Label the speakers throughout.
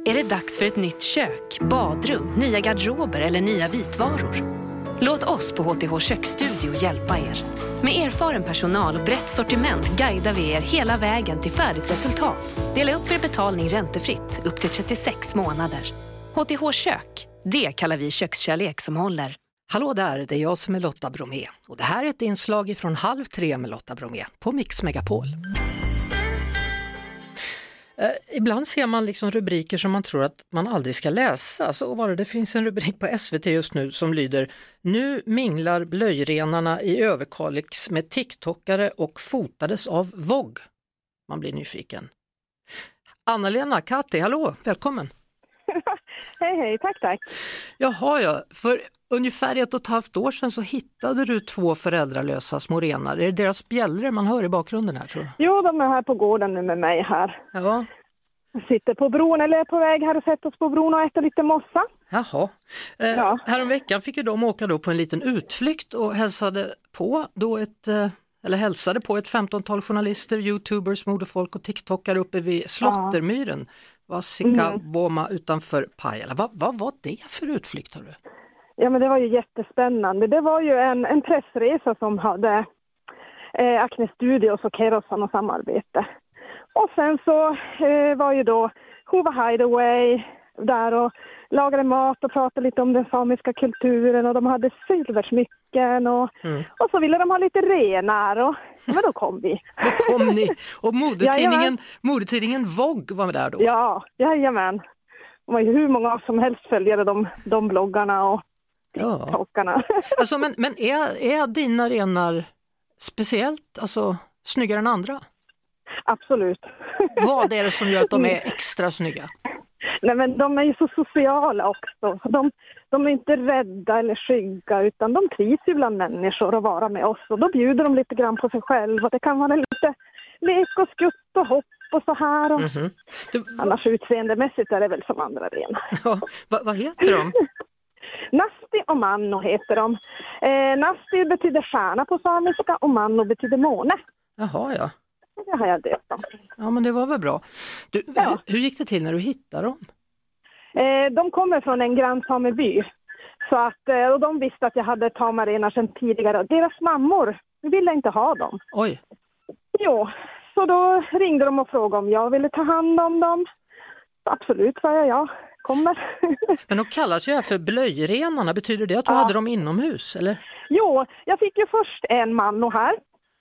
Speaker 1: Är det dags för ett nytt kök, badrum, nya garderober eller nya vitvaror? Låt oss på HTH Köksstudio hjälpa er. Med erfaren personal och brett sortiment guidar vi er hela vägen till färdigt resultat. Dela upp er betalning räntefritt upp till 36 månader. HTH Kök, det kallar vi kökskärlek som håller.
Speaker 2: Hallå där, det är jag som är Lotta Bromé. Och det här är ett inslag från 2:30 med Lotta Bromé på Mix Megapol. Ibland ser man liksom rubriker som man tror att man aldrig ska läsa. Så var det finns en rubrik på SVT just nu som lyder: Nu minglar blöjrenarna i Överkalix med TikTokare och fotades av Vogue. Man blir nyfiken. Anna-Lena Kati, hallå, välkommen.
Speaker 3: Hej, tack.
Speaker 2: Jaha, ja. För ungefär 1,5 år sedan så hittade du 2 föräldralösa små renar. Är det deras bjällror man hör i bakgrunden här, tror du?
Speaker 3: Jo, de är här på gården nu med mig här.
Speaker 2: Ja.
Speaker 3: Jag sitter på bron, eller är på väg här och sätter oss på bron och äter lite mossa.
Speaker 2: Jaha. Häromveckan fick ju de åka då på en liten utflykt och hälsade på ett 15-tal journalister, youtubers, modefolk och tiktokare uppe vid Slottermyren. Vasikkavuoma utanför Pajala. Vad var det för utflykt, hörru?
Speaker 3: Ja, men det var ju jättespännande. Det var ju en pressresa som hade Acne Studios och Kerosan och samarbete. Och sen så var ju då Hova Hideaway där och lagade mat och pratade lite om den samiska kulturen och de hade silversmycken och så ville de ha lite renar och men då kom vi.
Speaker 2: Då kom ni. Och modetidningen Vogue var där då?
Speaker 3: Ja, jajamän. Det var ju hur många som helst följade de bloggarna och TikTokarna.
Speaker 2: Alltså, men är dina renar speciellt, alltså snyggare än andra?
Speaker 3: Absolut.
Speaker 2: Vad är det som gör att de är extra snygga?
Speaker 3: Nej, men de är ju så sociala också. De är inte rädda eller skygga utan de trivs ju bland människor och vara med oss. Och då bjuder de lite grann på sig själva. Det kan vara lite lek och skutt och hopp och så här. Och annars utseendemässigt är det väl som andra renar.
Speaker 2: Ja, vad heter de?
Speaker 3: Nasti och Manno heter de. Nasti betyder stjärna på samiska och Manno betyder måne.
Speaker 2: Jaha, ja.
Speaker 3: Det har jag döpt dem.
Speaker 2: Ja, men det var väl bra. Hur gick det till när du hittade dem?
Speaker 3: De kommer från en grannsameby. Så att, och de visste att jag hade tamarenar sedan tidigare. Deras mammor ville inte ha dem.
Speaker 2: Oj.
Speaker 3: Jo, så då ringde de och frågade om jag ville ta hand om dem. Absolut, sa jag kommer.
Speaker 2: Men de kallas ju här för blöjrenarna. Betyder det att du hade dem inomhus, eller?
Speaker 3: Jo, jag fick ju först en manno här.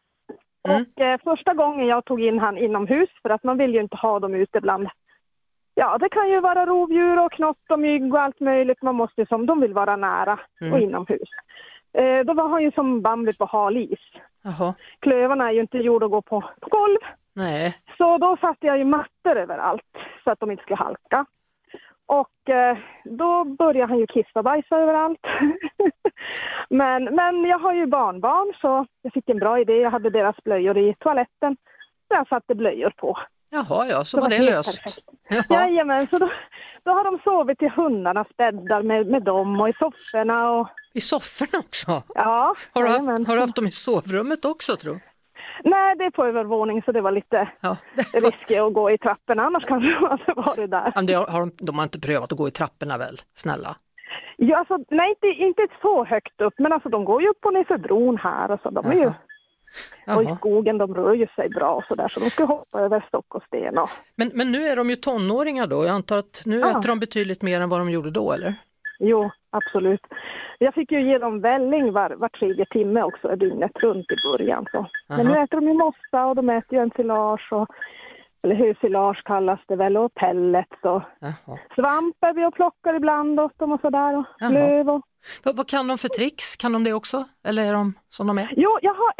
Speaker 3: Och första gången jag tog in han inomhus, för att man vill ju inte ha dem ute bland. Ja, det kan ju vara rovdjur och knott och mygg och allt möjligt. Man måste ju de vill vara nära och inomhus. Då var han ju som Bambi på halis.
Speaker 2: Jaha.
Speaker 3: Klövarna är ju inte gjorda att gå på golv. Nej. Så då satte jag ju mattor överallt så att de inte skulle halka. Och då började han ju kissa och bajsa överallt. men jag har ju barnbarn så jag fick en bra idé. Jag hade deras blöjor i toaletten. Så jag satte blöjor på.
Speaker 2: Jaha, ja, så var det löst.
Speaker 3: Jajamän, så då har de sovit i hundarnas bäddar med dem och i sofforna. Och...
Speaker 2: I sofforna också?
Speaker 3: Ja.
Speaker 2: Har du haft dem i sovrummet också, tror du?
Speaker 3: Nej, det är på övervåning så det var lite riskigt att gå i trapporna. Annars kanske de hade varit där.
Speaker 2: Men de har inte prövat att gå i trapporna väl, snälla?
Speaker 3: Ja, alltså, nej, inte så högt upp. Men alltså, de går ju upp och ner för bron här. Och så de är ju, och i skogen, de rör ju sig bra och så där. Så de ska hoppa över stock och sten. Och...
Speaker 2: Men nu är de ju tonåringar då. Jag antar att nu äter de betydligt mer än vad de gjorde då, eller?
Speaker 3: Jo, absolut. Jag fick ju ge dem välling var 3:e timme också, dygnet runt i början. Så. Men nu äter de ju mossa och de äter ju ensilage, eller hösilage kallas det väl, och pellets och svampar vi och plockar ibland åt dem och sådär, och löv. Och...
Speaker 2: Vad kan de för tricks? Kan de det också? Eller är de som de är?
Speaker 3: Jo, jag har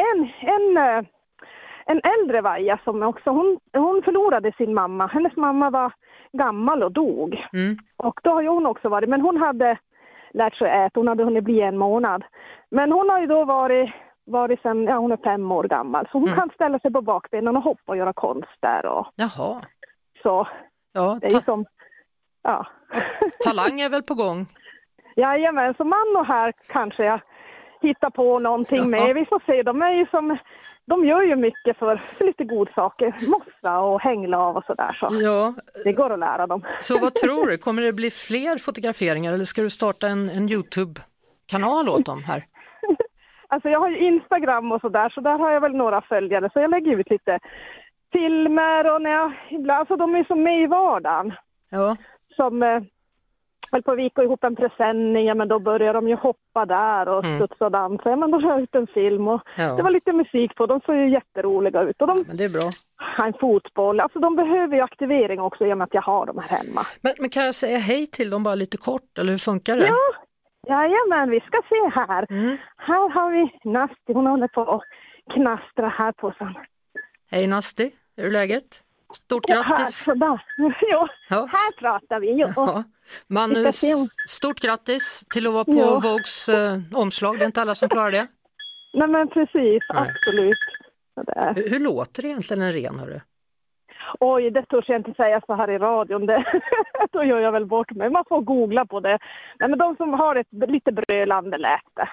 Speaker 3: en äldre vaja som också, hon förlorade sin mamma. Hennes mamma var gammal och dog. Och då har ju hon också varit, men hon hade lärt sig äta, hon hade hunnit bli 1 månad. Men hon har ju då varit sedan, hon är 5 år gammal. Så hon kan ställa sig på bakbenen och hoppa och göra konst där. Och...
Speaker 2: Jaha.
Speaker 3: Så det är ju som,
Speaker 2: Talang är väl på gång?
Speaker 3: Jajamän, så man och här kanske jag hittar på någonting med. Vi får se, de är ju som de gör ju mycket för lite godsaker, mossa och hänglav och sådär. Så
Speaker 2: Ja.
Speaker 3: det går att lära dem.
Speaker 2: Så vad tror du? Kommer det bli fler fotograferingar eller ska du starta en YouTube-kanal åt dem här?
Speaker 3: Alltså jag har ju Instagram och sådär, så där har jag väl några följare. Så jag lägger ut lite filmer och när jag ibland, alltså de är som med i vardagen.
Speaker 2: Ja.
Speaker 3: Som höll på att vika ihop en presenning, ja, men då börjar de ju hoppa där och studsa och dansa. Ja, men då har jag ut en film och det var lite musik på. De såg ju jätteroliga ut. Och de
Speaker 2: Men det är bra.
Speaker 3: har en fotboll. Alltså de behöver ju aktivering också i och med att jag har dem här hemma.
Speaker 2: Men kan jag säga hej till dem bara lite kort, eller hur funkar det?
Speaker 3: Jajamän, vi ska se här. Här har vi Nasti, hon håller på att knastra här på sig.
Speaker 2: Hej Nasti, hur är läget? Stort grattis!
Speaker 3: Jo, här pratar vi. Jo.
Speaker 2: Ja. Manus, stort grattis till att vara på Vogues omslag. Det är inte alla som klarar det.
Speaker 3: Nej men precis, absolut.
Speaker 2: Hur låter det egentligen en ren, hörru?
Speaker 3: Oj, det törs jag inte säga så här i radion. Då gör jag väl bort mig. Man får googla på det. Nej, men de som har ett lite brölande läte.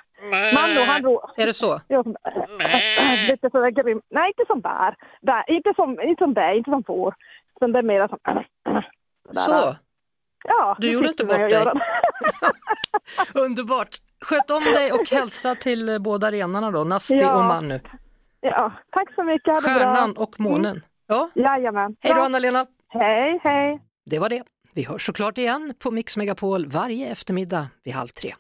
Speaker 2: Är det så?
Speaker 3: Lite sådär grym. Nej, inte som bär. Inte som får. Utan det är mer som...
Speaker 2: Så?
Speaker 3: Ja.
Speaker 2: Du gjorde inte bort dig. Underbart. Sköt om dig och hälsa till båda renarna då. Nasti och Manu.
Speaker 3: Ja, tack så mycket.
Speaker 2: Stjärnan och månen. Ja.
Speaker 3: Jajamän.
Speaker 2: Hej då Anna-Lena.
Speaker 3: Hej, hej.
Speaker 2: Det var det. Vi hörs såklart igen på Mix Megapol varje eftermiddag vid 2:30.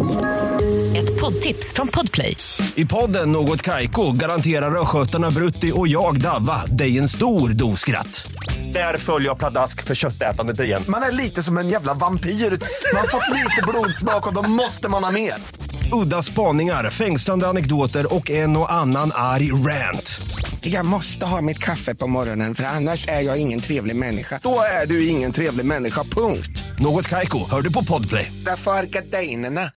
Speaker 1: Ett poddtips från Podplay.
Speaker 4: I podden Något Kaiko garanterar röskötarna Brutti och jag Davva dig en stor doskratt. Där följer jag pladask för köttätandet igen.
Speaker 5: Man är lite som en jävla vampyr. Man har fått lite blodsmak och då måste man ha mer.
Speaker 4: Udda spaningar, fängslande anekdoter och en och annan arg rant.
Speaker 5: Jag måste ha mitt kaffe på morgonen för annars är jag ingen trevlig människa. Då är du ingen trevlig människa, punkt.
Speaker 4: Något Kaiko, hör du på Podplay.
Speaker 5: Därför är gardinerna.